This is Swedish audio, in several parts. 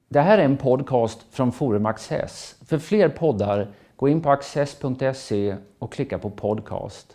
Det här är en podcast från Forum Access. För fler poddar, gå in på access.se och klicka på podcast.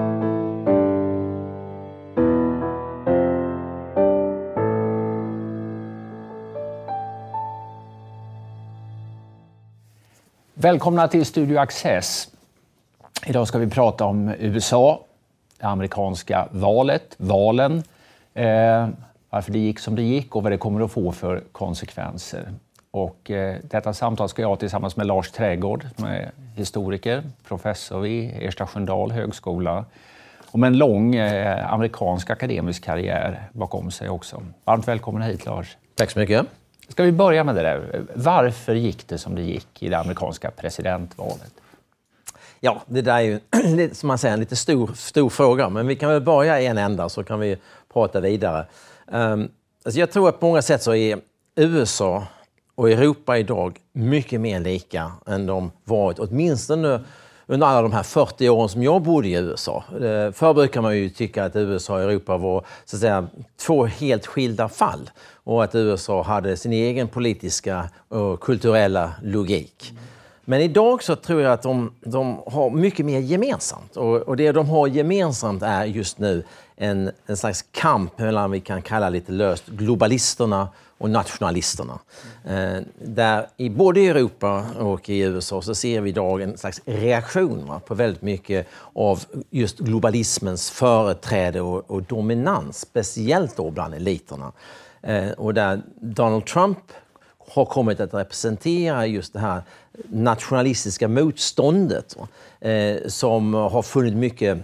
Välkomna till Studio Access. Idag ska vi prata om USA, det amerikanska valen, varför det gick som det gick och vad det kommer att få för konsekvenser. Och detta samtal ska jag tillsammans med Lars Trädgård, som är historiker, professor vid Ersta Sköndal högskola och med en lång amerikansk akademisk karriär bakom sig också. Varmt välkommen hit, Lars. Tack så mycket. Ska vi börja med det där? Varför gick det som det gick i det amerikanska presidentvalet? Ja, det där är ju som man säger en lite stor fråga, men vi kan väl börja i en ända så kan vi prata vidare. Alltså jag tror att på många sätt så är USA och Europa idag mycket mer lika än de varit, åtminstone under alla de här 40 åren som jag bodde i USA. Förr brukar man ju tycka att USA och Europa var så att säga två helt skilda fall och att USA hade sin egen politiska och kulturella logik. Men idag så tror jag att de har mycket mer gemensamt. Och det de har gemensamt är just nu en slags kamp mellan, vi kan kalla lite löst, globalisterna och nationalisterna. Där både i Europa och i USA så ser vi idag en slags reaktion på väldigt mycket av just globalismens företräde och dominans, speciellt då bland eliterna. Och där Donald Trump har kommit att representera just det här nationalistiska motståndet som har funnit mycket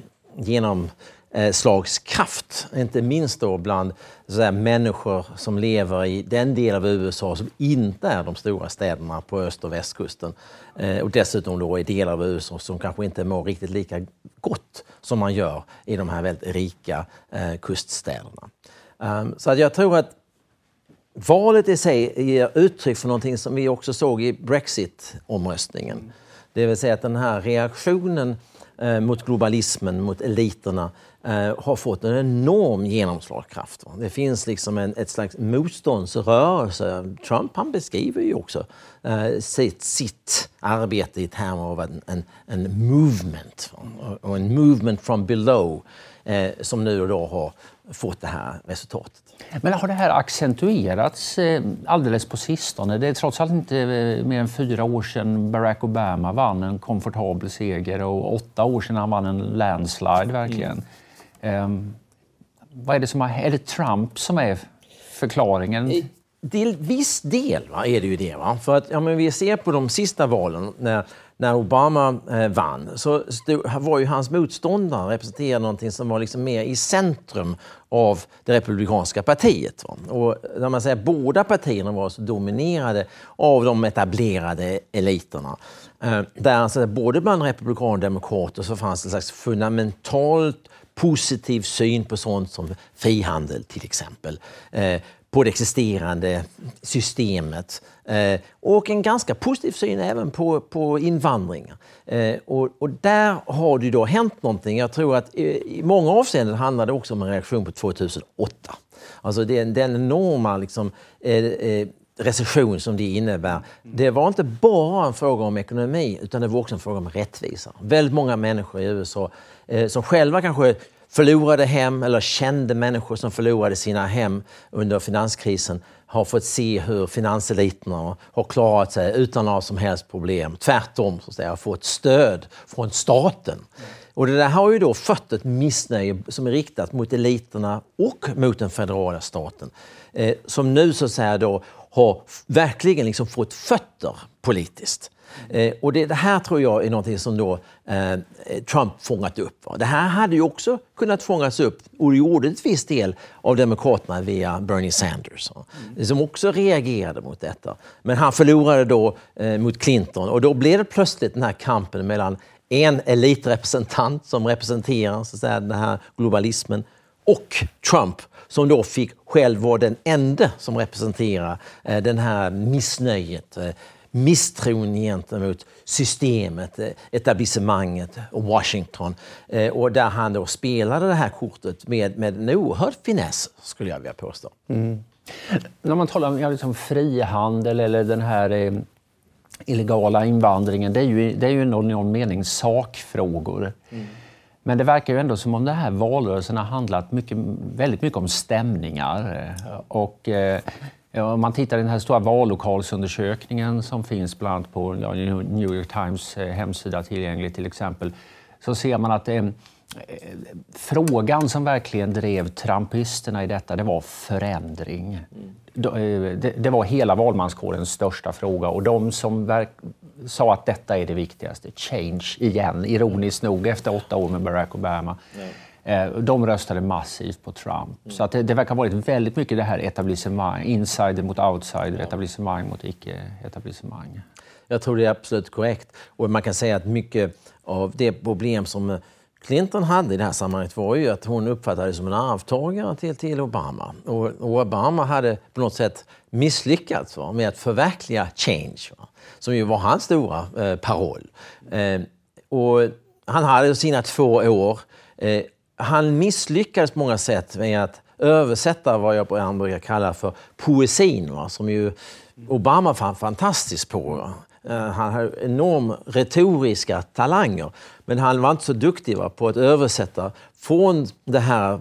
genomslagskraft, inte minst då bland människor som lever i den del av USA som inte är de stora städerna på öst- och västkusten och dessutom då i delar av USA som kanske inte mår riktigt lika gott som man gör i de här väldigt rika kuststäderna. Så att jag tror att valet i sig ger uttryck för någonting som vi också såg i Brexit-omröstningen. Det vill säga att den här reaktionen mot globalismen, mot eliterna, har fått en enorm genomslagskraft. Det finns liksom ett slags motståndsrörelse. Trump, han beskriver ju också sitt arbete i termer av en movement, och en movement from below, som nu och då har fått det här resultatet. Men har det här accentuerats alldeles på sistone? Det är trots allt inte mer än 4 år sedan Barack Obama vann en komfortabel seger och 8 år sedan han vann en landslide verkligen. Vad är det som är det Trump som är förklaringen? Till viss del är det ju det. Va? För att vi ser på de sista valen när Obama vann så var ju hans motståndare representerade någonting som var liksom mer i centrum av det republikanska partiet. Va? Och när man säger båda partierna var så dominerade av de etablerade eliterna. Där alltså, både bland republikaner och demokrater så fanns det en slags fundamentalt positiv syn på sånt som frihandel till exempel. På det existerande systemet och en ganska positiv syn även på invandring. Och där har det då hänt någonting. Jag tror att i många avseenden handlar det också om en reaktion på 2008. Alltså den enorma recession som det innebär. Det var inte bara en fråga om ekonomi utan det var också en fråga om rättvisa. Väldigt många människor i USA som själva kanske förlorade hem eller kände människor som förlorade sina hem under finanskrisen har fått se hur finanseliterna har klarat sig utan några som helst problem. Tvärtom så att säga, har fått stöd från staten. Och det där har ju då fött ett missnöje som är riktat mot eliterna och mot den federala staten. Som nu så att säga då har verkligen fått fötter politiskt. Och det här tror jag är någonting som då Trump fångat upp. Det här hade ju också kunnat fångas upp och det gjorde ett viss del av demokraterna via Bernie Sanders som också reagerade mot detta. Men han förlorade då mot Clinton och då blev det plötsligt den här kampen mellan en elitrepresentant som representerar så att säga, den här globalismen och Trump som då fick själv vara den enda som representerar den här missnöjet, misstron gentemot systemet, etablissemanget och Washington. Och där han då spelade det här kortet med en oerhörd finess, skulle jag vilja påstå. Mm. När man talar om liksom frihandel eller den här illegala invandringen, det är ju någon mening sakfrågor. Men det verkar ju ändå som om den här valrörelsen har handlat väldigt mycket om stämningar. Och om man tittar i den här stora vallokalsundersökningen som finns bland annat på New York Times hemsida tillgänglig till exempel, så ser man att frågan som verkligen drev trumpisterna i detta, det var förändring. Det var hela valmanskårens största fråga, och de som sa att detta är det viktigaste, change igen, ironiskt nog efter 8 år med Barack Obama, de röstade massivt på Trump. Så att det verkar ha varit väldigt mycket det här etablissemang, insider mot outsider, etablissemang mot icke-etablissemang. Jag tror det är absolut korrekt. Och man kan säga att mycket av det problem som Clinton hade i det här sammanhanget var ju att hon uppfattades som en arvtagare till Obama. Och Obama hade på något sätt misslyckats med att förverkliga change, som ju var hans stora paroll. Och han hade sina 2 år. Han misslyckades på många sätt med att översätta vad jag brukar kalla för poesin, som ju Obama fann fantastiskt på. Han hade enorm retoriska talanger, men han var inte så duktig på att översätta från det här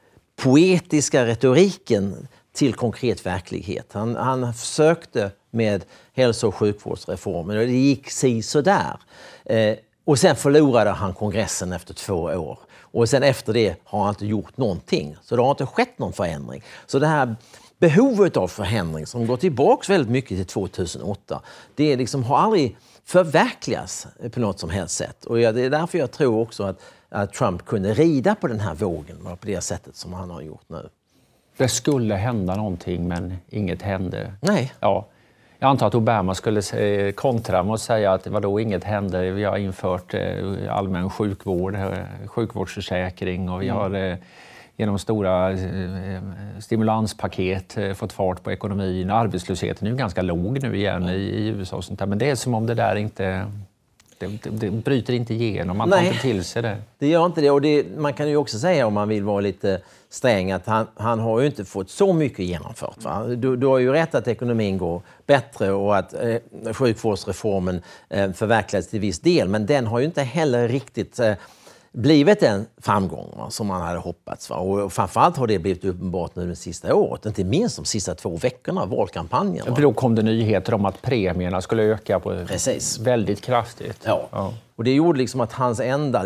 poetiska retoriken till konkret verklighet. Han försökte med hälso- och sjukvårdsreformen, och det gick sådär. Och sen förlorade han kongressen efter 2 år. Och sen efter det har han inte gjort någonting. Så det har inte skett någon förändring. Så det här behovet av förändring som går tillbaka väldigt mycket till 2008, det liksom har aldrig förverkligats på något som helst sätt. Och det är därför jag tror också att Trump kunde rida på den här vågen på det sättet som han har gjort nu. Det skulle hända någonting, men inget hände. Nej. Ja. Jag antar att Obama skulle kontra med att säga att vadå, inget händer. Vi har infört allmän sjukvårdsförsäkring, och vi har genom stora stimulanspaket fått fart på ekonomin. Arbetslösheten är ju ganska låg nu igen i USA och sånt där. Men det är som om det där inte... Det bryter inte igenom, man tar inte till sig det. Det gör inte det, och man kan ju också säga, om man vill vara lite sträng, att han har ju inte fått så mycket genomfört. Va? Du har ju rätt att ekonomin går bättre och att sjukvårdsreformen förverkligas till viss del, men den har ju inte heller riktigt blivit en framgång som man hade hoppats. Va? Och framförallt har det blivit uppenbart nu det sista året, inte minst de sista 2 veckorna av valkampanjen. För då kom det nyheter om att premierna skulle öka på väldigt kraftigt. Ja. Och det gjorde liksom att hans enda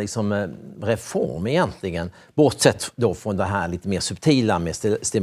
reform egentligen, bortsett då från det här lite mer subtila med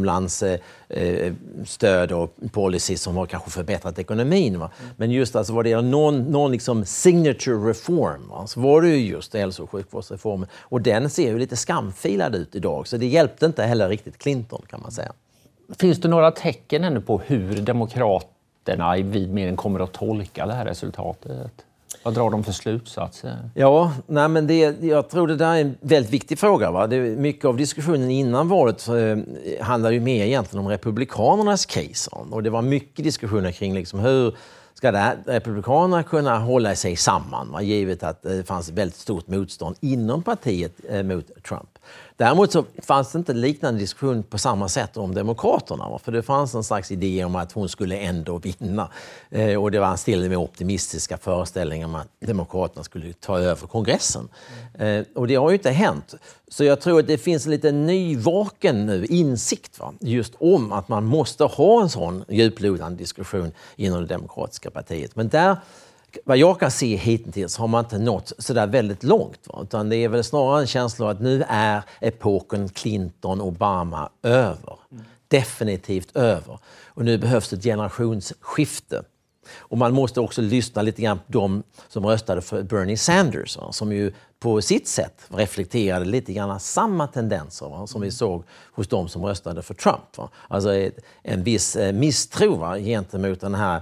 stimulansstöd och policy som har kanske förbättrat ekonomin. Va? Men just alltså vad det är någon liksom signature reform, va? Så var det ju just hälso- och sjukvårdsreformen. Och den ser ju lite skamfilad ut idag, så det hjälpte inte heller riktigt Clinton, kan man säga. Finns det några tecken ännu på hur demokraterna i vid mening kommer att tolka det här resultatet? Vad drar de för slutsatser? Ja, men jag tror det där är en väldigt viktig fråga. Va? Mycket av diskussionen innan valet handlar ju mer egentligen om republikanernas case. Och det var mycket diskussioner kring hur ska republikanerna kunna hålla sig samman, va? Givet att det fanns väldigt stort motstånd inom partiet mot Trump. Däremot så fanns det inte liknande diskussion på samma sätt om demokraterna. Va? För det fanns en slags idé om att hon skulle ändå vinna. Och det var en till och med optimistiska föreställningar om att demokraterna skulle ta över kongressen. Och det har ju inte hänt. Så jag tror att det finns en lite nyvaken nu insikt, va? Just om att man måste ha en sån djuplodande diskussion inom det demokratiska partiet. Men där, vad jag kan se hittills, har man inte nått så där väldigt långt. Va? Utan det är väl snarare en känsla av att nu är epoken Clinton-Obama över. Definitivt över. Och nu behövs ett generationsskifte. Och man måste också lyssna lite grann på de som röstade för Bernie Sanders, va? Som ju på sitt sätt reflekterade lite grann samma tendenser, va? Som vi såg hos de som röstade för Trump. Va? Alltså en viss misstro, va? Gentemot den här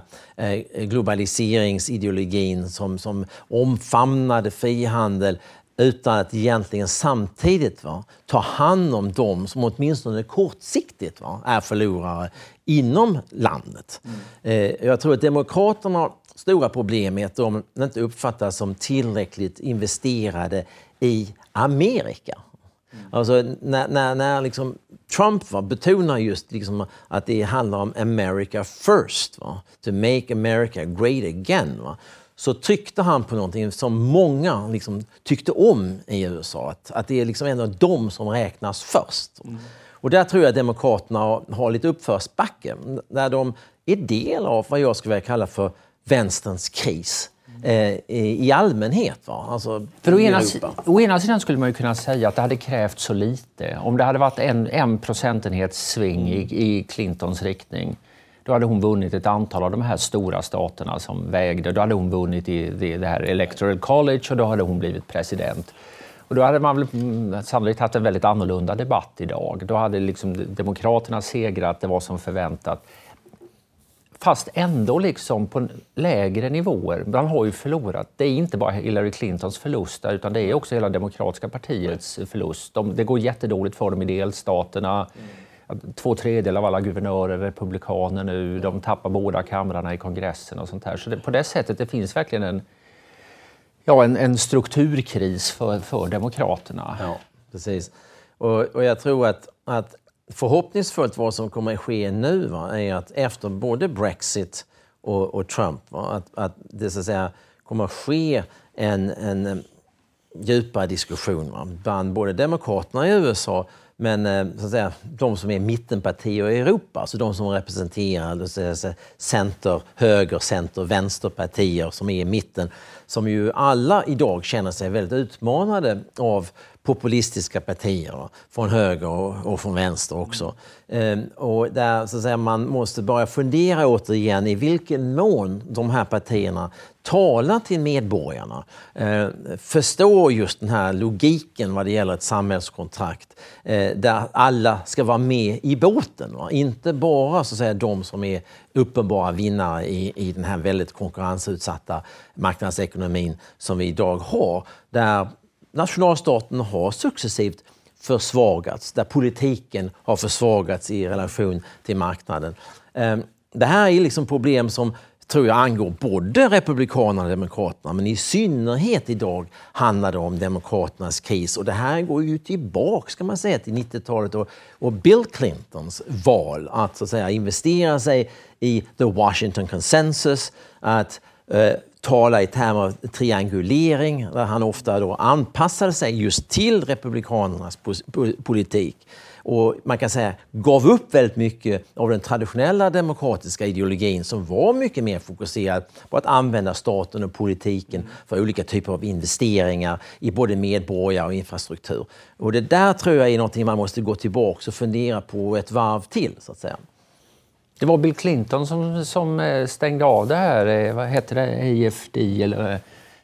globaliseringsideologin som omfamnade frihandel utan att egentligen samtidigt ta hand om dem som åtminstone kortsiktigt är förlorare inom landet. Jag tror att demokraterna stora problem är att de inte uppfattas som tillräckligt investerade i Amerika. Alltså när liksom Trump betonar just liksom att det handlar om America first, to make America great again, så tryckte han på någonting som många liksom tyckte om i USA, att det är liksom ändå de som räknas först. Och där tror jag att demokraterna har lite uppförsbacke, där de är del av vad jag skulle vilja kalla för vänsterns kris i allmänhet. Alltså, för å ena sidan skulle man ju kunna säga att det hade krävt så lite. Om det hade varit en procentenhets sving i Clintons riktning, då hade hon vunnit ett antal av de här stora staterna som vägde. Då hade hon vunnit i det här Electoral College och då hade hon blivit president. Och då hade man väl sannolikt haft en väldigt annorlunda debatt idag. Då hade liksom demokraterna segrat, det var som förväntat. Fast ändå liksom på lägre nivåer. Man har ju förlorat. Det är inte bara Hillary Clintons förlust utan det är också hela demokratiska partiets förlust. Det går jättedåligt för dem i delstaterna. 2/3 av alla guvernörer är republikaner nu. De tappar båda kamrarna i kongressen och sånt här. Så på det sättet det finns verkligen en strukturkris för demokraterna. Ja, precis. Och jag tror att förhoppningsfullt vad som kommer att ske nu är att efter både Brexit och Trump att det så att säga kommer att ske en djupare diskussion bland både demokraterna i USA men så att säga, de som är mittenpartier i Europa, alltså de som representerar center, höger, center, vänsterpartier som är i mitten, som ju alla idag känner sig väldigt utmanade av populistiska partier från höger och från vänster också. Och där så att säga, man måste börja fundera återigen i vilken mån de här partierna talar till medborgarna. Förstår just den här logiken vad det gäller ett samhällskontrakt där alla ska vara med i båten. Inte bara så att säga, de som är uppenbara vinnare i den här väldigt konkurrensutsatta marknadsekonomin som vi idag har. Där nationalstaten har successivt försvagats, där politiken har försvagats i relation till marknaden. Det här är liksom problem som tror jag angår både republikanerna och demokraterna, men i synnerhet idag handlar det om demokraternas kris. Och det här går ju tillbaka, ska man säga, till 90-talet och Bill Clintons val att så att säga investera sig i the Washington Consensus, att tala i termer av triangulering, där han ofta då anpassade sig just till republikanernas politik. Och man kan säga gav upp väldigt mycket av den traditionella demokratiska ideologin som var mycket mer fokuserad på att använda staten och politiken för olika typer av investeringar i både medborgare och infrastruktur. Och det där tror jag är någonting man måste gå tillbaka och fundera på ett varv till, så att säga. Det var Bill Clinton som stängde av det här, vad heter det, AFD eller...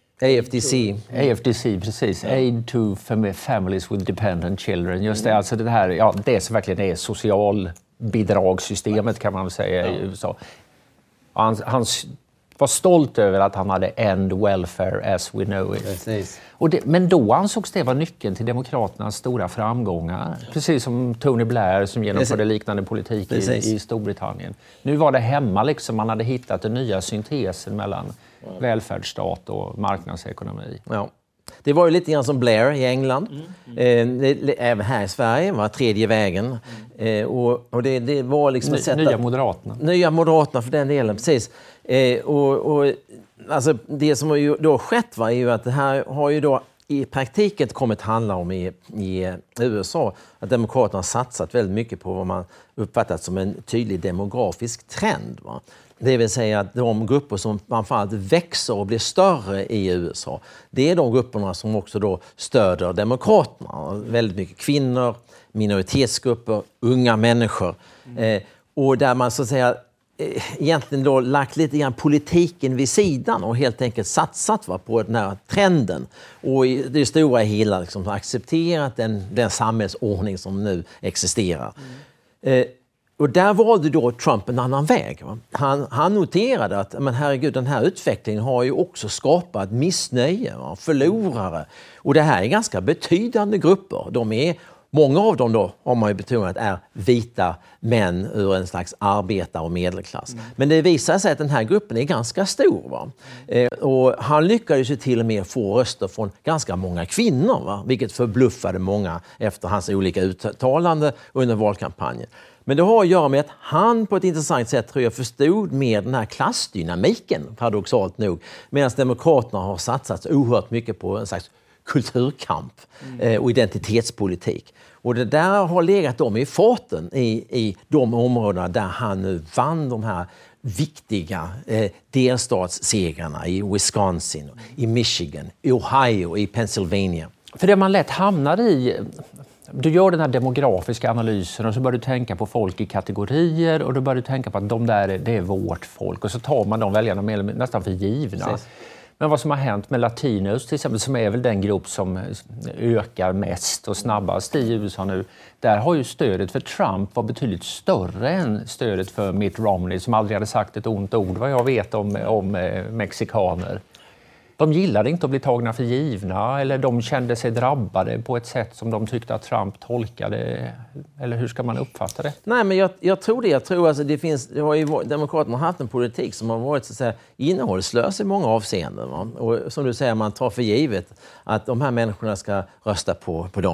AFDC, precis. Aid to Families with Dependent Children. Just det, alltså det här, det som verkligen är socialbidragssystemet kan man väl säga i USA. Han var stolt över att han hade end welfare as we know it. Precis. Men då ansågs det vara nyckeln till demokraternas stora framgångar. Precis som Tony Blair som genomförde liknande politik i Storbritannien. Nu var det hemma liksom, man hade hittat den nya syntesen mellan välfärdsstat och marknadsekonomi. Ja. Det var ju lite grann som Blair i England. Även här i Sverige var tredje vägen. Och det var liksom ett sätt Nya Moderaterna. Nya Moderaterna för den delen, precis. Alltså det som har ju då skett är ju att det här har ju då i praktiken kommit handla om i USA att demokraterna har satsat väldigt mycket på vad man uppfattat som en tydlig demografisk trend. Va? Det vill säga att de grupper som framförallt växer och blir större i USA, det är de grupperna som också då stöder demokraterna. Väldigt mycket kvinnor, minoritetsgrupper, unga människor. Och där man så att säga egentligen då lagt lite grann politiken vid sidan och helt enkelt satsat på den här trenden. Och i det stora hela liksom accepterat den samhällsordning som nu existerar. Och där valde då Trump en annan väg. Va? Han noterade att men herregud, den här utvecklingen har ju också skapat missnöje, förlorare. Och det här är ganska betydande grupper. De är många av dem då, har man ju betonat, är vita män ur en slags arbetar- och medelklass. Men det visar sig att den här gruppen är ganska stor. Va? Och han lyckades ju till och med få röster från ganska många kvinnor, va? Vilket förbluffade många efter hans olika uttalanden under valkampanjen. Men det har att göra med att han på ett intressant sätt, tror jag, förstod med den här klassdynamiken, paradoxalt nog, medan demokraterna har satsat oerhört mycket på en slags kulturkamp och identitetspolitik. Och det där har legat dem i farten i de områdena där han nu vann de här viktiga delstatssegrarna i Wisconsin, i Michigan, i Ohio, i Pennsylvania. För det man lätt hamnar i, du gör den här demografiska analysen och så börjar du tänka på folk i kategorier och du börjar tänka på att de där, det är vårt folk, och så tar man de väljarna nästan för givna. Precis. Men vad som har hänt med latinos till exempel, som är väl den grupp som ökar mest och snabbast i USA nu, där har ju stödet för Trump var betydligt större än stödet för Mitt Romney, som aldrig hade sagt ett ont ord vad jag vet om mexikaner. De gillade inte att bli tagna för givna, eller de kände sig drabbade på ett sätt som de tyckte att Trump tolkade. Eller hur ska man uppfatta det? Nej, men jag tror det. Jag tror alltså Demokraterna har haft en politik som har varit så att säga innehållslös i många avseenden. Va? Och som du säger, man tar för givet att de här människorna ska rösta på dem.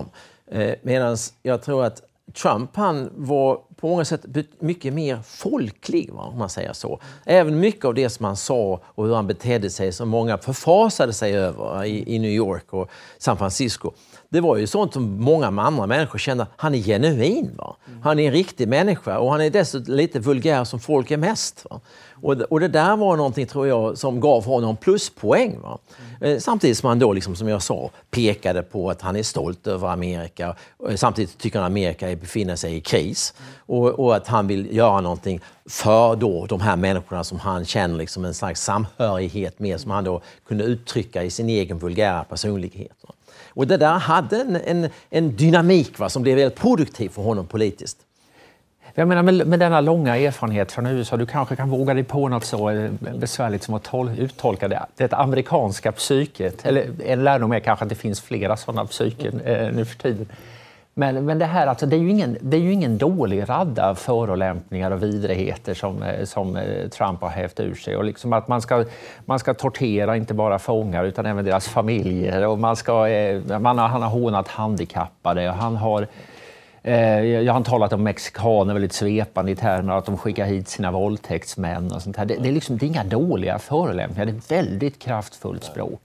Medan jag tror att Trump, han var på många sätt mycket mer folklig, va, om man säger så. Även mycket av det som han sa och hur han betedde sig, som många förfasade sig över i New York och San Francisco. Det var ju sånt som många andra människor kände, han är genuin. Va? Han är en riktig människa och han är dessutom lite vulgär som folk är mest. Va? Och det där var någonting, tror jag, som gav honom pluspoäng. Va? Samtidigt som han då, liksom, som jag sa, pekade på att han är stolt över Amerika. Samtidigt tycker han att Amerika befinner sig i kris. Och att han vill göra någonting för då de här människorna som han känner liksom en slags samhörighet med, som han då kunde uttrycka i sin egen vulgära personlighet. Va? Och det där hade en dynamik, va, som blev väldigt produktiv för honom politiskt. Jag menar, med denna långa erfarenhet från USA, du kanske kan våga dig på något så besvärligt som att uttolka det amerikanska psyket. Eller en lärdom är kanske att det finns flera sådana psyken nu för tiden. Men det här, alltså, det är ju ingen dålig radda förolämpningar och vidrigheter som Trump har hävt ur sig. Och liksom att man ska tortera inte bara fångar utan även deras familjer. Och han har hånat handikappade och han har... Jag har talat om mexikaner väldigt svepande i termer att de skickar hit sina våldtäktsmän och sånt här. Det är inga dåliga förolämpningar, det är väldigt kraftfullt språk.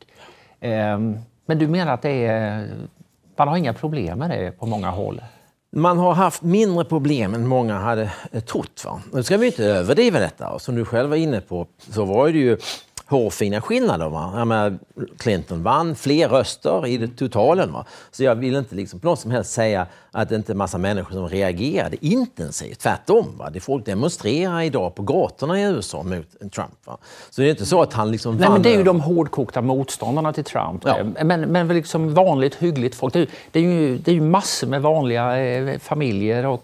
Men du menar att man har inga problem med det på många håll? Man har haft mindre problem än många hade trott. Va? Nu ska vi inte överdriva detta. Som du själv var inne på så var det ju hårfina skillnader. Va? Jag menar, Clinton vann fler röster i det totalen. Va? Så jag vill inte liksom på något som helst säga att det inte är en massa människor som reagerade intensivt. Tvärtom. Va? Det folk demonstrerar idag på gatorna i USA mot Trump. Va? Så det är inte så att han liksom... Nej, men det är ju de hårdkokta motståndarna till Trump. Ja. Men liksom vanligt hyggligt folk. Det är ju massor med vanliga familjer och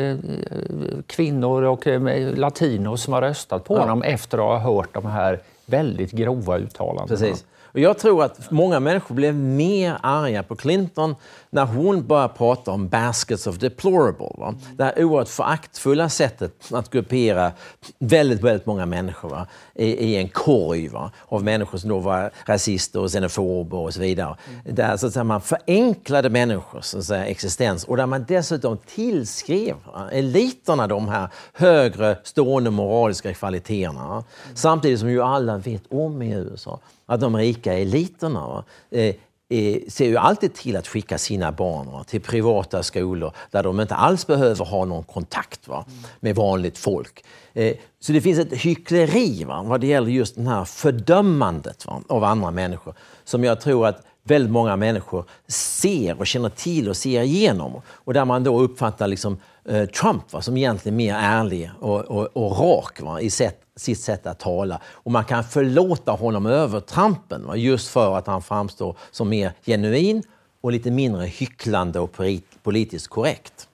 kvinnor och latinos som har röstat på honom efter att ha hört de här väldigt grova uttalanden. Precis. Och jag tror att många människor blev mer arga på Clinton när hon började prata om baskets of deplorable. Va? Det här oerhört föraktfulla sättet att gruppera väldigt, väldigt många människor, va? I en korg, va? Av människor som då var rasister och xenofober och så vidare. Där så att säga, man förenklade människors existens och där man dessutom tillskrev, va? Eliterna de här högre stående moraliska kvaliteterna. Va? Samtidigt som ju alla vet om i USA att de rika eliterna ser ju alltid till att skicka sina barn till privata skolor där de inte alls behöver ha någon kontakt med vanligt folk. Så det finns ett hyckleri vad det gäller just den här fördömandet av andra människor som jag tror att väldigt många människor ser och känner till och ser igenom. Och där man då uppfattar liksom, Trump som egentligen mer ärlig och rak i sitt sätt att tala. Och man kan förlåta honom övertrampen just för att han framstår som mer genuin och lite mindre hycklande och politiskt korrekt.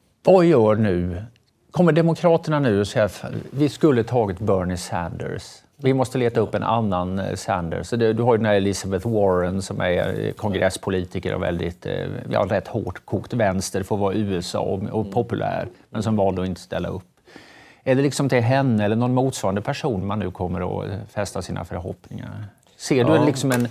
Vad gör nu? Kommer demokraterna nu och säga att vi skulle tagit Bernie Sanders? Vi måste leta upp en annan Sanders. Du har ju den här Elizabeth Warren som är kongresspolitiker och väldigt rätt hårt kokt vänster för att vara USA och populär, men som valde att inte ställa upp. Är det liksom till henne eller någon motsvarande person man nu kommer att fästa sina förhoppningar? Ser du liksom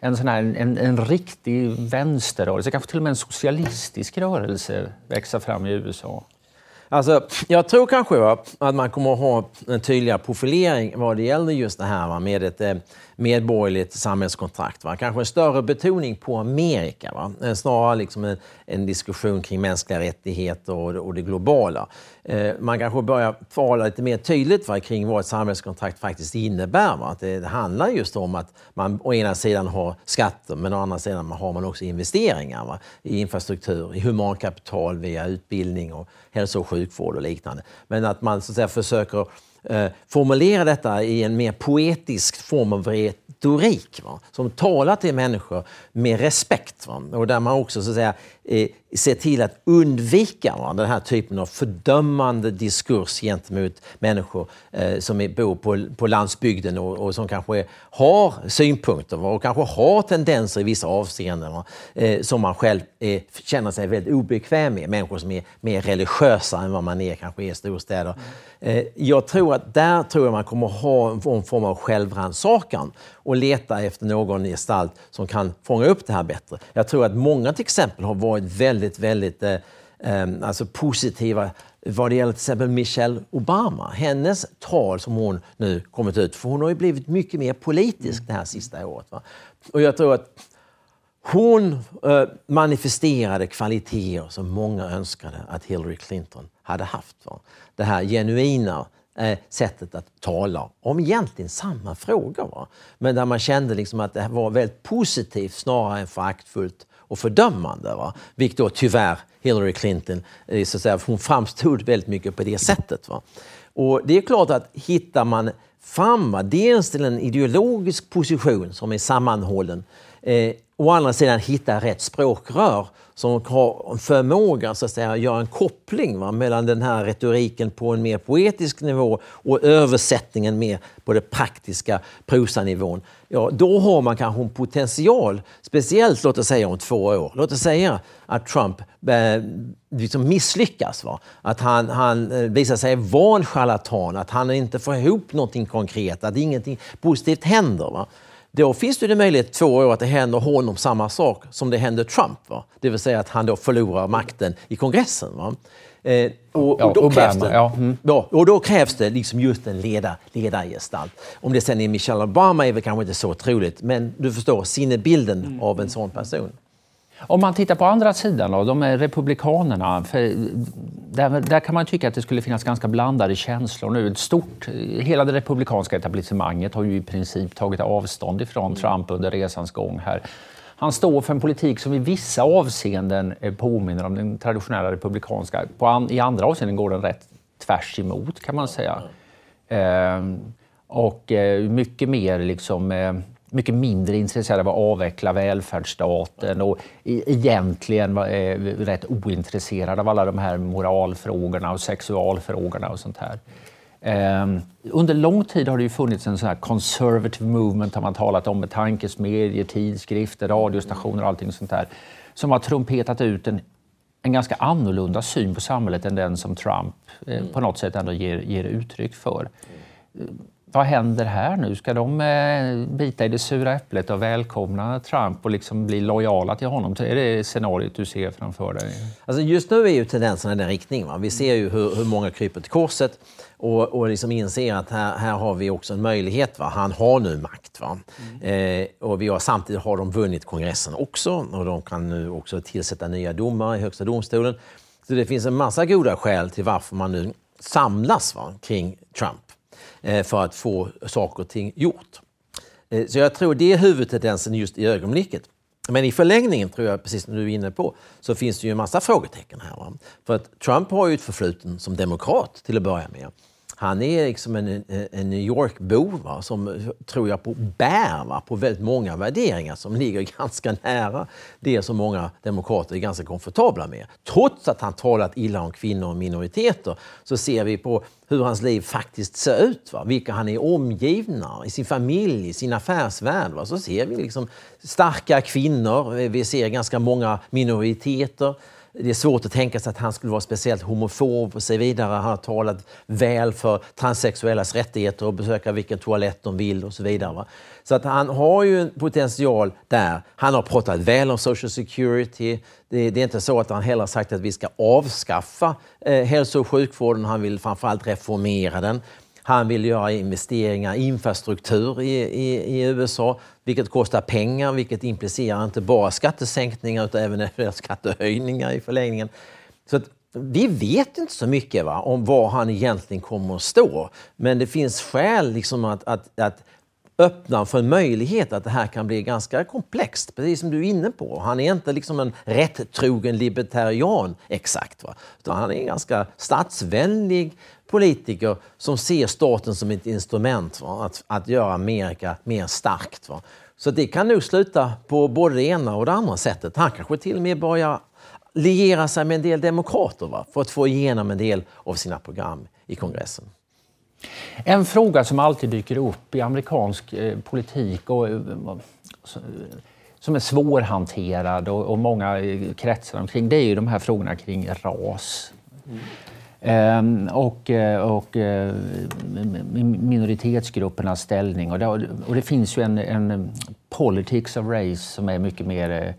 en riktig vänsterrörelse, kanske till och med en socialistisk rörelse växa fram i USA? Alltså, jag tror kanske att man kommer att ha en tydligare profilering vad det gäller just det här med ett medborgerligt samhällskontrakt. Kanske en större betoning på Amerika. Snarare liksom en diskussion kring mänskliga rättigheter och det globala. Man kanske börjar tala lite mer tydligt kring vad ett samhällskontrakt faktiskt innebär. Att det handlar just om att man å ena sidan har skatter, men å andra sidan har man också investeringar i infrastruktur, i humankapital via utbildning och hälso- och sjukvård och liknande. Men att man så att säga försöker formulera detta i en mer poetisk form av retorik som talar till människor med respekt. Och där man också så att säga ser till att undvika den här typen av fördömande diskurs gentemot människor som bor på landsbygden och som kanske har synpunkter och kanske har tendenser i vissa avseenden som man själv känner sig väldigt obekväm med. Människor som är mer religiösa än vad man är kanske i storstäder. Jag tror att man kommer ha en form av självrannsakan och leta efter någon gestalt som kan fånga upp det här bättre. Jag tror att många till exempel har varit väldigt positiva vad det gäller till exempel Michelle Obama. Hennes tal som hon nu kommit ut, för hon har ju blivit mycket mer politisk det här sista året. Och jag tror att hon manifesterade kvaliteter som många önskade att Hillary Clinton hade haft. Det här genuina sättet att tala om egentligen samma fråga. Men där man kände liksom att det var väldigt positivt snarare än föraktfullt och fördömande. Vilket då tyvärr Hillary Clinton, så att säga, hon framstod väldigt mycket på det sättet. Och det är klart att hittar man fram dels till en ideologisk position som är sammanhållen, å andra sidan hitta rätt språkrör som har förmåga så att säga, att göra en koppling mellan den här retoriken på en mer poetisk nivå och översättningen mer på det praktiska prosanivån. Ja, då har man kanske en potential, speciellt låt oss säga om 2 år. Låt oss säga att Trump liksom misslyckas. Att han visar sig vara en charlatan, att han inte får ihop någonting konkret, att ingenting positivt händer. Då finns det möjlighet 2 år att det händer honom samma sak som det händer Trump. Det vill säga att han då förlorar makten i kongressen. Och då krävs det liksom just en ledargestalt. Om det sen är Michelle Obama är väl kanske inte så troligt, men du förstår sinnebilden av en sån person. Om man tittar på andra sidan då, de är republikanerna, för där kan man tycka att det skulle finnas ganska blandade känslor nu. Hela det republikanska etablissemanget har ju i princip tagit avstånd ifrån Trump under resans gång här. Han står för en politik som i vissa avseenden påminner om den traditionella republikanska. I andra avseenden går den rätt tvärs emot kan man säga. Och mycket mer liksom... mycket mindre intresserad av att avveckla välfärdsstaten och egentligen var rätt ointresserad av alla de här moralfrågorna och sexualfrågorna och sånt här. Under lång tid har det ju funnits en sån här conservative movement, har man talat om, med tankesmedjor, tidskrifter, radiostationer och allting sånt där, som har trumpetat ut en ganska annorlunda syn på samhället än den som Trump på något sätt ändå ger uttryck för. Vad händer här nu? Ska de bita i det sura äpplet och välkomna Trump och liksom bli lojala till honom? Är det scenariot du ser framför dig? Alltså just nu är ju tendensen i den riktningen. Vi ser ju hur många kryper till korset och liksom inser att här har vi också en möjlighet. Han har nu makt. Och samtidigt har de vunnit kongressen också. Och de kan nu också tillsätta nya domare i högsta domstolen. Så det finns en massa goda skäl till varför man nu samlas kring Trump. För att få saker och ting gjort. Så jag tror det är huvudtendensen just i ögonblicket. Men i förlängningen tror jag, precis som du är inne på, så finns det ju en massa frågetecken här. För att Trump har ju ett förfluten som demokrat till att börja med. Han är liksom en New York-bo som tror jag bär på väldigt många värderingar som ligger ganska nära det som många demokrater är ganska komfortabla med. Trots att han talat illa om kvinnor och minoriteter så ser vi på hur hans liv faktiskt ser ut. Vilka han är omgivna i sin familj, i sin affärsvärld. Så ser vi liksom starka kvinnor, vi ser ganska många minoriteter. Det är svårt att tänka sig att han skulle vara speciellt homofob och så vidare. Han har talat väl för transsexuellas rättigheter och besöka vilken toalett de vill och så vidare. Va? Så att han har ju en potential där. Han har pratat väl om social security. Det är inte så att han heller sagt att vi ska avskaffa hälso- och sjukvården. Han vill framförallt reformera den. Han vill göra investeringar i infrastruktur i USA, vilket kostar pengar, vilket implicerar inte bara skattesänkningar utan även skattehöjningar i förlängningen. Så att vi vet inte så mycket om var han egentligen kommer att stå. Men det finns skäl liksom att öppna för en möjlighet att det här kan bli ganska komplext, precis som du är inne på. Han är inte liksom en rättrogen libertarian exakt, utan han är en ganska statsvänlig politiker som ser staten som ett instrument att göra Amerika mer starkt. Så det kan nog sluta på både det ena och det andra sättet. Han kanske till och med börjar liera sig med en del demokrater för att få igenom en del av sina program i kongressen. En fråga som alltid dyker upp i amerikansk politik och som är svårhanterad och många kretsar omkring, det är ju de här frågorna kring ras. Och minoritetsgruppernas ställning. Och det finns ju en politics of race som är mycket mer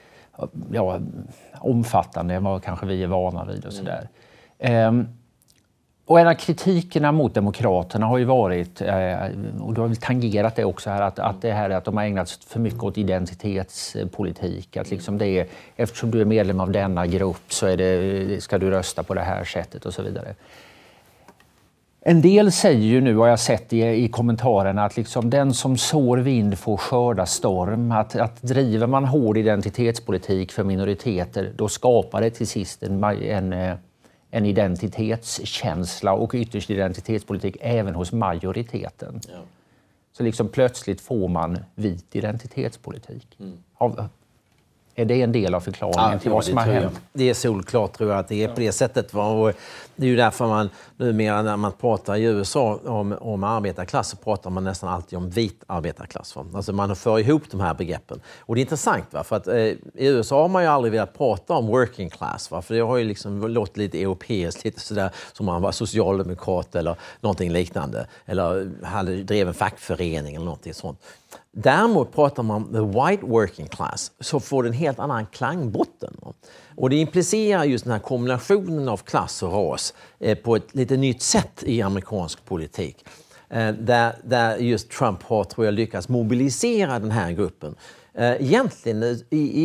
omfattande än vad kanske vi är vana vid och sådär. Och en av kritikerna mot demokraterna har ju varit, och du har väl tangerat det också här, att det här är att de har ägnat för mycket åt identitetspolitik. Att liksom det är, eftersom du är medlem av denna grupp så ska du rösta på det här sättet och så vidare. En del säger ju nu, har jag sett i kommentarerna, att liksom den som sår vind får skörda storm. Att driver man hård identitetspolitik för minoriteter, då skapar det till sist en identitetskänsla och ytterst identitetspolitik även hos majoriteten. Ja. Så liksom plötsligt får man vit identitetspolitik. Är det en del av förklaringen till vad som har hänt? Det är solklart, tror jag, att det är på det sättet. Och det är ju därför man numera när man pratar i USA om arbetarklass så pratar man nästan alltid om vit arbetarklass. Alltså man för ihop de här begreppen. Och det är intressant, för att i USA har man ju aldrig velat prata om working class. För det har ju liksom låtit lite europeiskt, lite sådär som man var socialdemokrat eller någonting liknande. Eller drev en fackförening eller någonting sånt. Däremot pratar man om the white working class, så får det en helt annan klangbotten. Och det implicerar just den här kombinationen av klass och ras på ett lite nytt sätt i amerikansk politik. Där just Trump har, tror jag, lyckats mobilisera den här gruppen. Egentligen i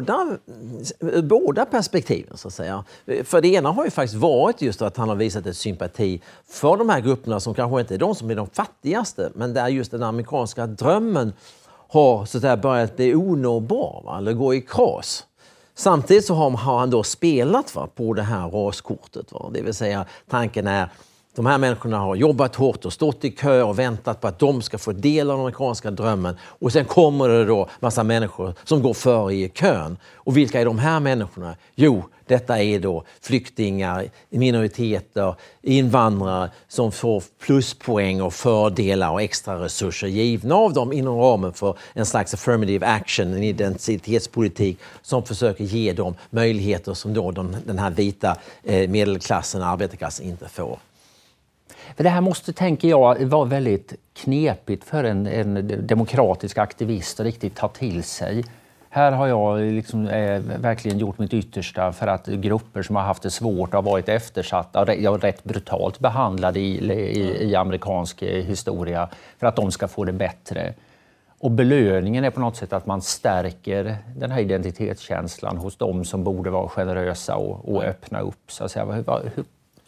båda perspektiven, så att säga. För det ena har ju faktiskt varit just att han har visat ett sympati för de här grupperna som kanske inte är de som är de fattigaste, men där just den amerikanska drömmen har så att säga börjat bli onåbar, eller gå i kras. Samtidigt så har han då spelat på det här raskortet. Det vill säga, tanken är de här människorna har jobbat hårt och stått i kö och väntat på att de ska få del av den amerikanska drömmen. Och sen kommer det då massa människor som går före i kön. Och vilka är de här människorna? Jo, detta är då flyktingar, minoriteter, invandrare som får pluspoäng och fördelar och extra resurser givna av dem inom ramen för en slags affirmative action, en identitetspolitik som försöker ge dem möjligheter som då den här vita medelklassen, arbetarklassen inte får. För det här måste, tänker jag, vara väldigt knepigt för en demokratisk aktivist att riktigt ta till sig. Här har jag verkligen gjort mitt yttersta för att grupper som har haft det svårt har varit eftersatta och rätt brutalt behandlade i amerikansk historia för att de ska få det bättre. Och belöningen är på något sätt att man stärker den här identitetskänslan hos de som borde vara generösa och öppna upp. Så att säga.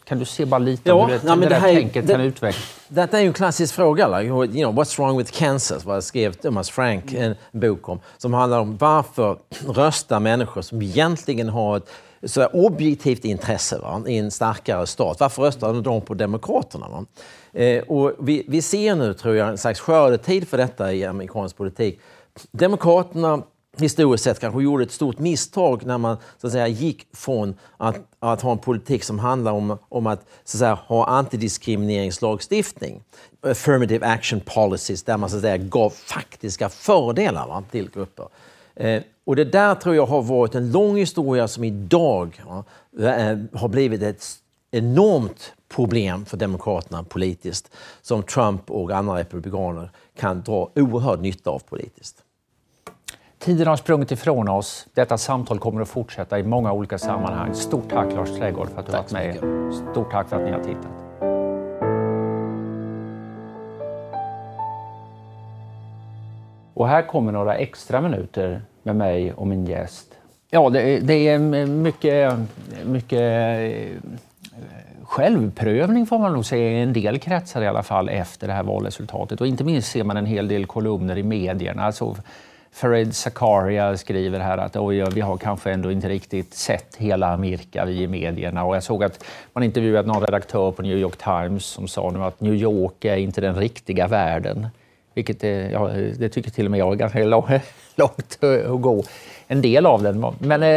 Kan du se bara lite om hur det här tänket kan utvecklas? Detta är ju en klassisk fråga. What's wrong with Kansas? Vad skrev Thomas Frank en bok om. Som handlar om varför röstar människor som egentligen har ett så objektivt intresse i en starkare stat. Varför röstar de på Demokraterna? Och vi ser nu, tror jag, en slags skördetid för detta i amerikansk politik. Demokraterna historiskt sett kanske gjorde ett stort misstag när man så att säga gick från att ha en politik som handlar om att så att säga ha antidiskrimineringslagstiftning, affirmative action policies, där man så att säga gav faktiska fördelar till grupper. Och det där tror jag har varit en lång historia som idag har blivit ett enormt problem för demokraterna politiskt, som Trump och andra republikaner kan dra oerhörd nytta av politiskt. Tiden har sprungit ifrån oss. Detta samtal kommer att fortsätta i många olika sammanhang. Stort tack Lars Trädgård för att du har varit med. Stort tack för att ni har tittat. Och här kommer några extra minuter med mig och min gäst. Ja, det är mycket självprövning får man nog säga i en del kretsar i alla fall efter det här valresultatet. Och inte minst ser man en hel del kolumner i medierna. Alltså Fareed Zakaria skriver här att vi har kanske ändå inte riktigt sett hela Amerika vi i medierna. Och jag såg att man intervjuat någon redaktör på New York Times som sa nu att New York är inte den riktiga världen. Vilket det tycker till och med jag är ganska långt att gå. En del av den.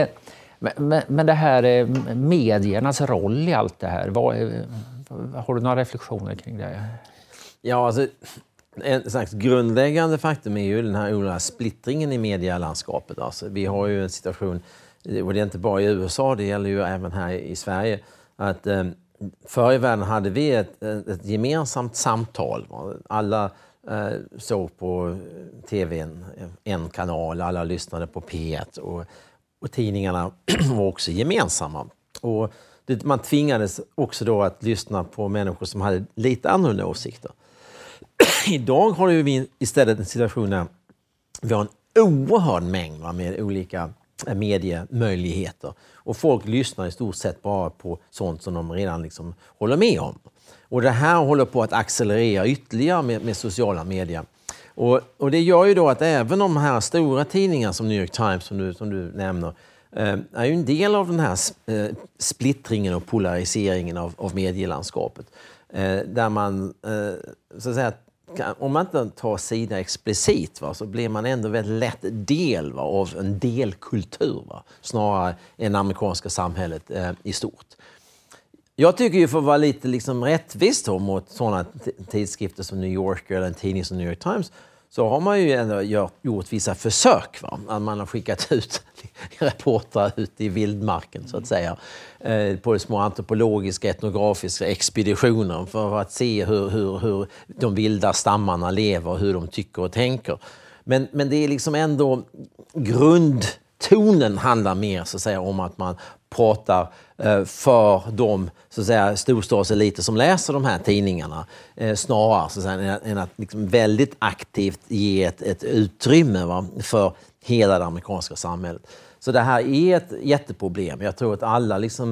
Men det här mediernas roll i allt det här. Har du några reflektioner kring det? Ja, alltså en slags grundläggande faktum är ju den här splittringen i medielandskapet. Alltså, vi har ju en situation, och det är inte bara i USA, det gäller ju även här i Sverige, att förr i världen hade vi ett gemensamt samtal. Alla såg på tvn en kanal, alla lyssnade på P1 och tidningarna var också gemensamma. Och man tvingades också då att lyssna på människor som hade lite annorlunda åsikter. Idag har vi istället en situation där vi har en oerhörd mängd med olika mediemöjligheter. Och folk lyssnar i stort sett bara på sånt som de redan liksom håller med om. Och det här håller på att accelerera ytterligare med sociala medier. Och det gör ju då att även de här stora tidningarna som New York Times som du nämner är ju en del av den här splittringen och polariseringen av medielandskapet. Där man, så att säga, om man inte tar sida explicit så blir man ändå väldigt lätt del av en delkultur snarare än det amerikanska samhället i stort. Jag tycker ju för att vara lite liksom rättvist mot sådana tidskrifter som New Yorker eller en tidning som New York Times, så har man ju ändå gjort vissa försök. Att man har skickat ut reportrar ut i vildmarken så att säga. På små antropologiska, etnografiska expeditioner för att se hur de vilda stammarna lever och hur de tycker och tänker. Men det är liksom ändå grundtonen handlar mer så att säga om att man pratar för de så att säga storstadseliter som läser de här tidningarna snarare så att säga, än att liksom väldigt aktivt ge ett utrymme för hela det amerikanska samhället. Så det här är ett jätteproblem. Jag tror att alla liksom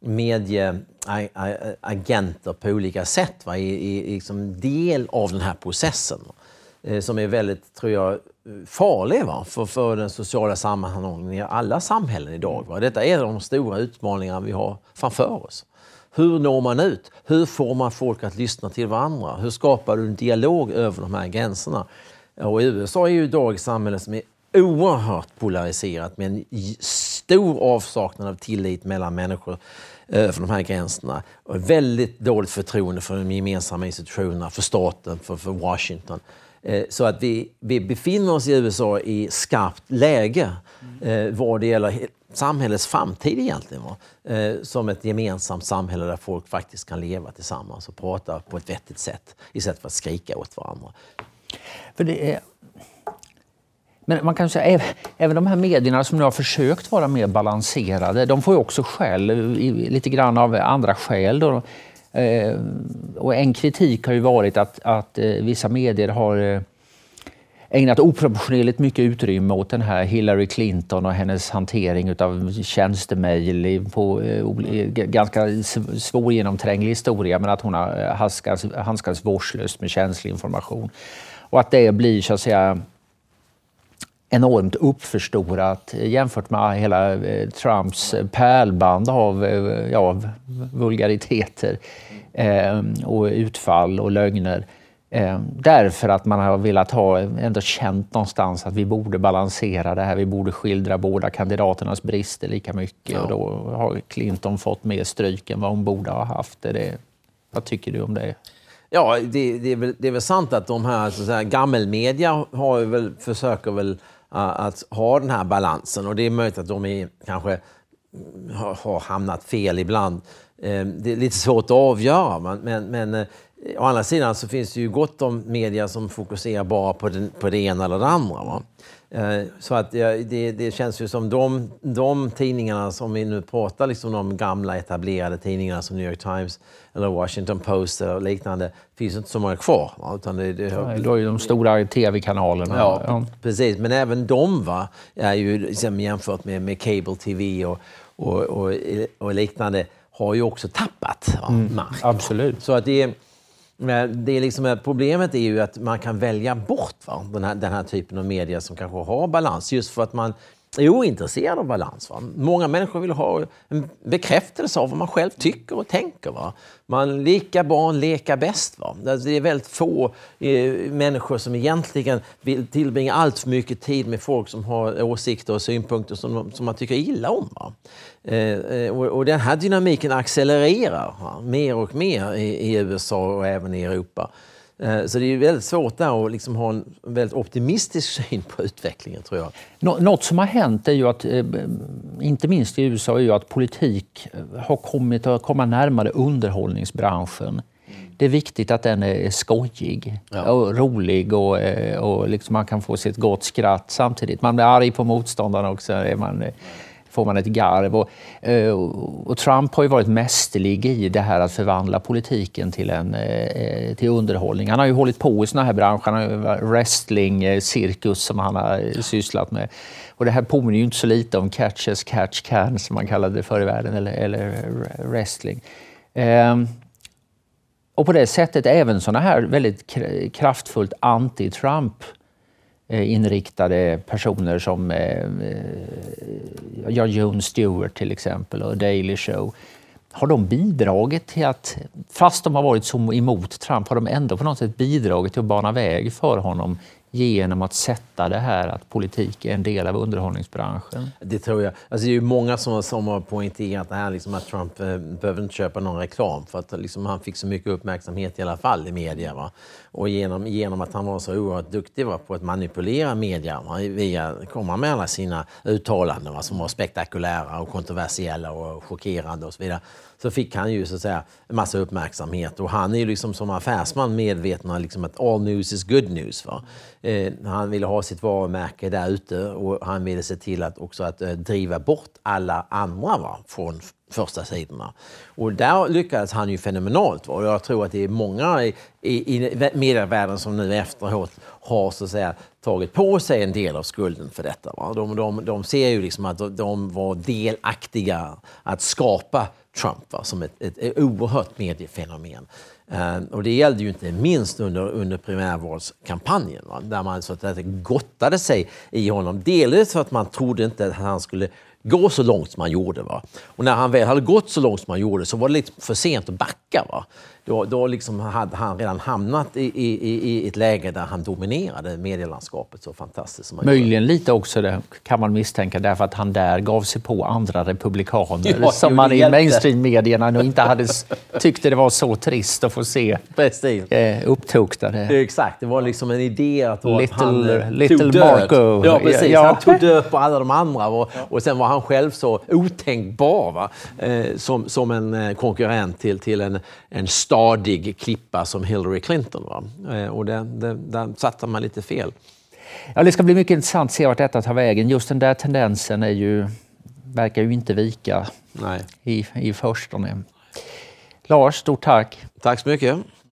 medieagenter på olika sätt är liksom del av den här processen som är väldigt, tror jag, farlig för den sociala sammanhållningen i alla samhällen idag. Detta är de stora utmaningarna vi har framför oss. Hur når man ut? Hur får man folk att lyssna till varandra? Hur skapar du en dialog över de här gränserna? Och i USA är ju idag ett samhälle som är oerhört polariserat med en stor avsaknad av tillit mellan människor över de här gränserna. Och väldigt dåligt förtroende för de gemensamma institutionerna, för staten, för Washington. Så att vi befinner oss i USA i skarpt läge vad det gäller samhällets framtid egentligen. Som ett gemensamt samhälle där folk faktiskt kan leva tillsammans och prata på ett vettigt sätt istället för att skrika åt varandra. För det är... Men man kan säga även de här medierna som nu har försökt vara mer balanserade, de får ju också skäll lite grann av andra skäl då. Och en kritik har ju varit att vissa medier har ägnat oproportionerligt mycket utrymme åt den här Hillary Clinton och hennes hantering av tjänstemejl på ganska svårgenomtränglig historia, men att hon har handskats vårdslöst med känslig information. Och att det blir så att säga enormt uppförstorat jämfört med hela Trumps pärlband av vulgariteter och utfall och lögner. Därför att man har velat ändå känt någonstans att vi borde balansera det här, vi borde skildra båda kandidaternas brister lika mycket. Och då har Clinton fått mer stryk än vad hon borde ha haft. Vad tycker du om det? Ja, det är väl sant att de här, så att säga, gammelmedia försöker väl att ha den här balansen, och det är möjligt att de kanske har hamnat fel ibland. Det är lite svårt att avgöra, men å andra sidan så finns det ju gott om media som fokuserar bara på det ena eller det andra. Va? Så att det känns ju som de tidningarna som vi nu pratar, liksom de gamla etablerade tidningarna som New York Times eller Washington Post eller liknande, finns inte så många kvar. Va? Utan det är ju de stora tv-kanalerna. Ja, precis. Men även de är ju liksom, jämfört med cable tv och liknande, har ju också tappat mark. Absolut. Så att det är liksom, problemet är ju att man kan välja bort den här typen av media som kanske har balans, just för att man är ointresserad av balans. Va? Många människor vill ha en bekräftelse av vad man själv tycker och tänker. Va? Man lika barn leka bäst. Va? Det är väldigt få människor som egentligen vill tillbringa allt för mycket tid med folk som har åsikter och synpunkter som man tycker illa om. Va? Och den här dynamiken accelererar mer och mer i USA och även i Europa. Så det är ju väldigt svårt där att liksom ha en väldigt optimistisk syn på utvecklingen, tror jag. Något som har hänt är ju att, inte minst i USA, är ju att politik har kommit att komma närmare underhållningsbranschen. Det är viktigt att den är skojig och rolig och liksom man kan få sig ett gott skratt samtidigt. Man blir arg på motståndarna också. Får man ett garv. Och Trump har ju varit mästerlig i det här att förvandla politiken till underhållning. Han har ju hållit på i såna här branscher. Han har ju wrestling, cirkus som han har sysslat med. Och det här påminner ju inte så lite om catch as catch can, som man kallade det förr i världen, eller wrestling. Och på det sättet även såna här väldigt kraftfullt anti-Trump inriktade personer som Jon Stewart till exempel och Daily Show, har de bidragit till att, fast de har varit så emot Trump, har de ändå på något sätt bidragit till att bana väg för honom genom att sätta det här att politik är en del av underhållningsbranschen? Det tror jag. Alltså det är ju många som har poängterat det här, liksom att Trump behöver inte köpa någon reklam för att liksom han fick så mycket uppmärksamhet i alla fall i media. Va? Och genom att han var så oerhört duktig på att manipulera media via komma med alla sina uttalanden som var spektakulära och kontroversiella och chockerande och så vidare, så fick han ju så att säga en massa uppmärksamhet. Och han är ju liksom som affärsman medveten liksom att all news is good news. Va? Han ville ha sitt varumärke där ute och han ville se till att också att driva bort alla andra från första sidorna. Och där lyckades han ju fenomenalt. Och jag tror att det är många i medievärlden som nu efteråt har så att säga tagit på sig en del av skulden för detta. Va? De ser ju liksom att de var delaktiga att skapa Trump som ett oerhört mediefenomen. Och det gällde ju inte minst under primärvalskampanjen, va? Där man så att gottade sig i honom. Delvis för att man trodde inte att han skulle gå så långt som han gjorde. Va? Och när han väl hade gått så långt som han gjorde så var det lite för sent att backa. Va? Då liksom hade han redan hamnat i ett läge där han dominerade medielandskapet så fantastiskt som han möjligen gjorde. Lite också det kan man misstänka, därför att han där gav sig på andra republikaner som man i mainstream-medierna nog inte hade tyckte det var så trist att få se upptuktade. Exakt, det var liksom en idé att Little Marco. Ja, precis. Ja. Han tog död på alla de andra och sen var han själv så otänkbar, va? Som en konkurrent till en stadig klippa som Hillary Clinton var. Och där satte man lite fel. Ja, det ska bli mycket intressant att se vart detta tar vägen. Just den där tendensen verkar ju inte vika i förstone. Lars, stort tack. Tack så mycket.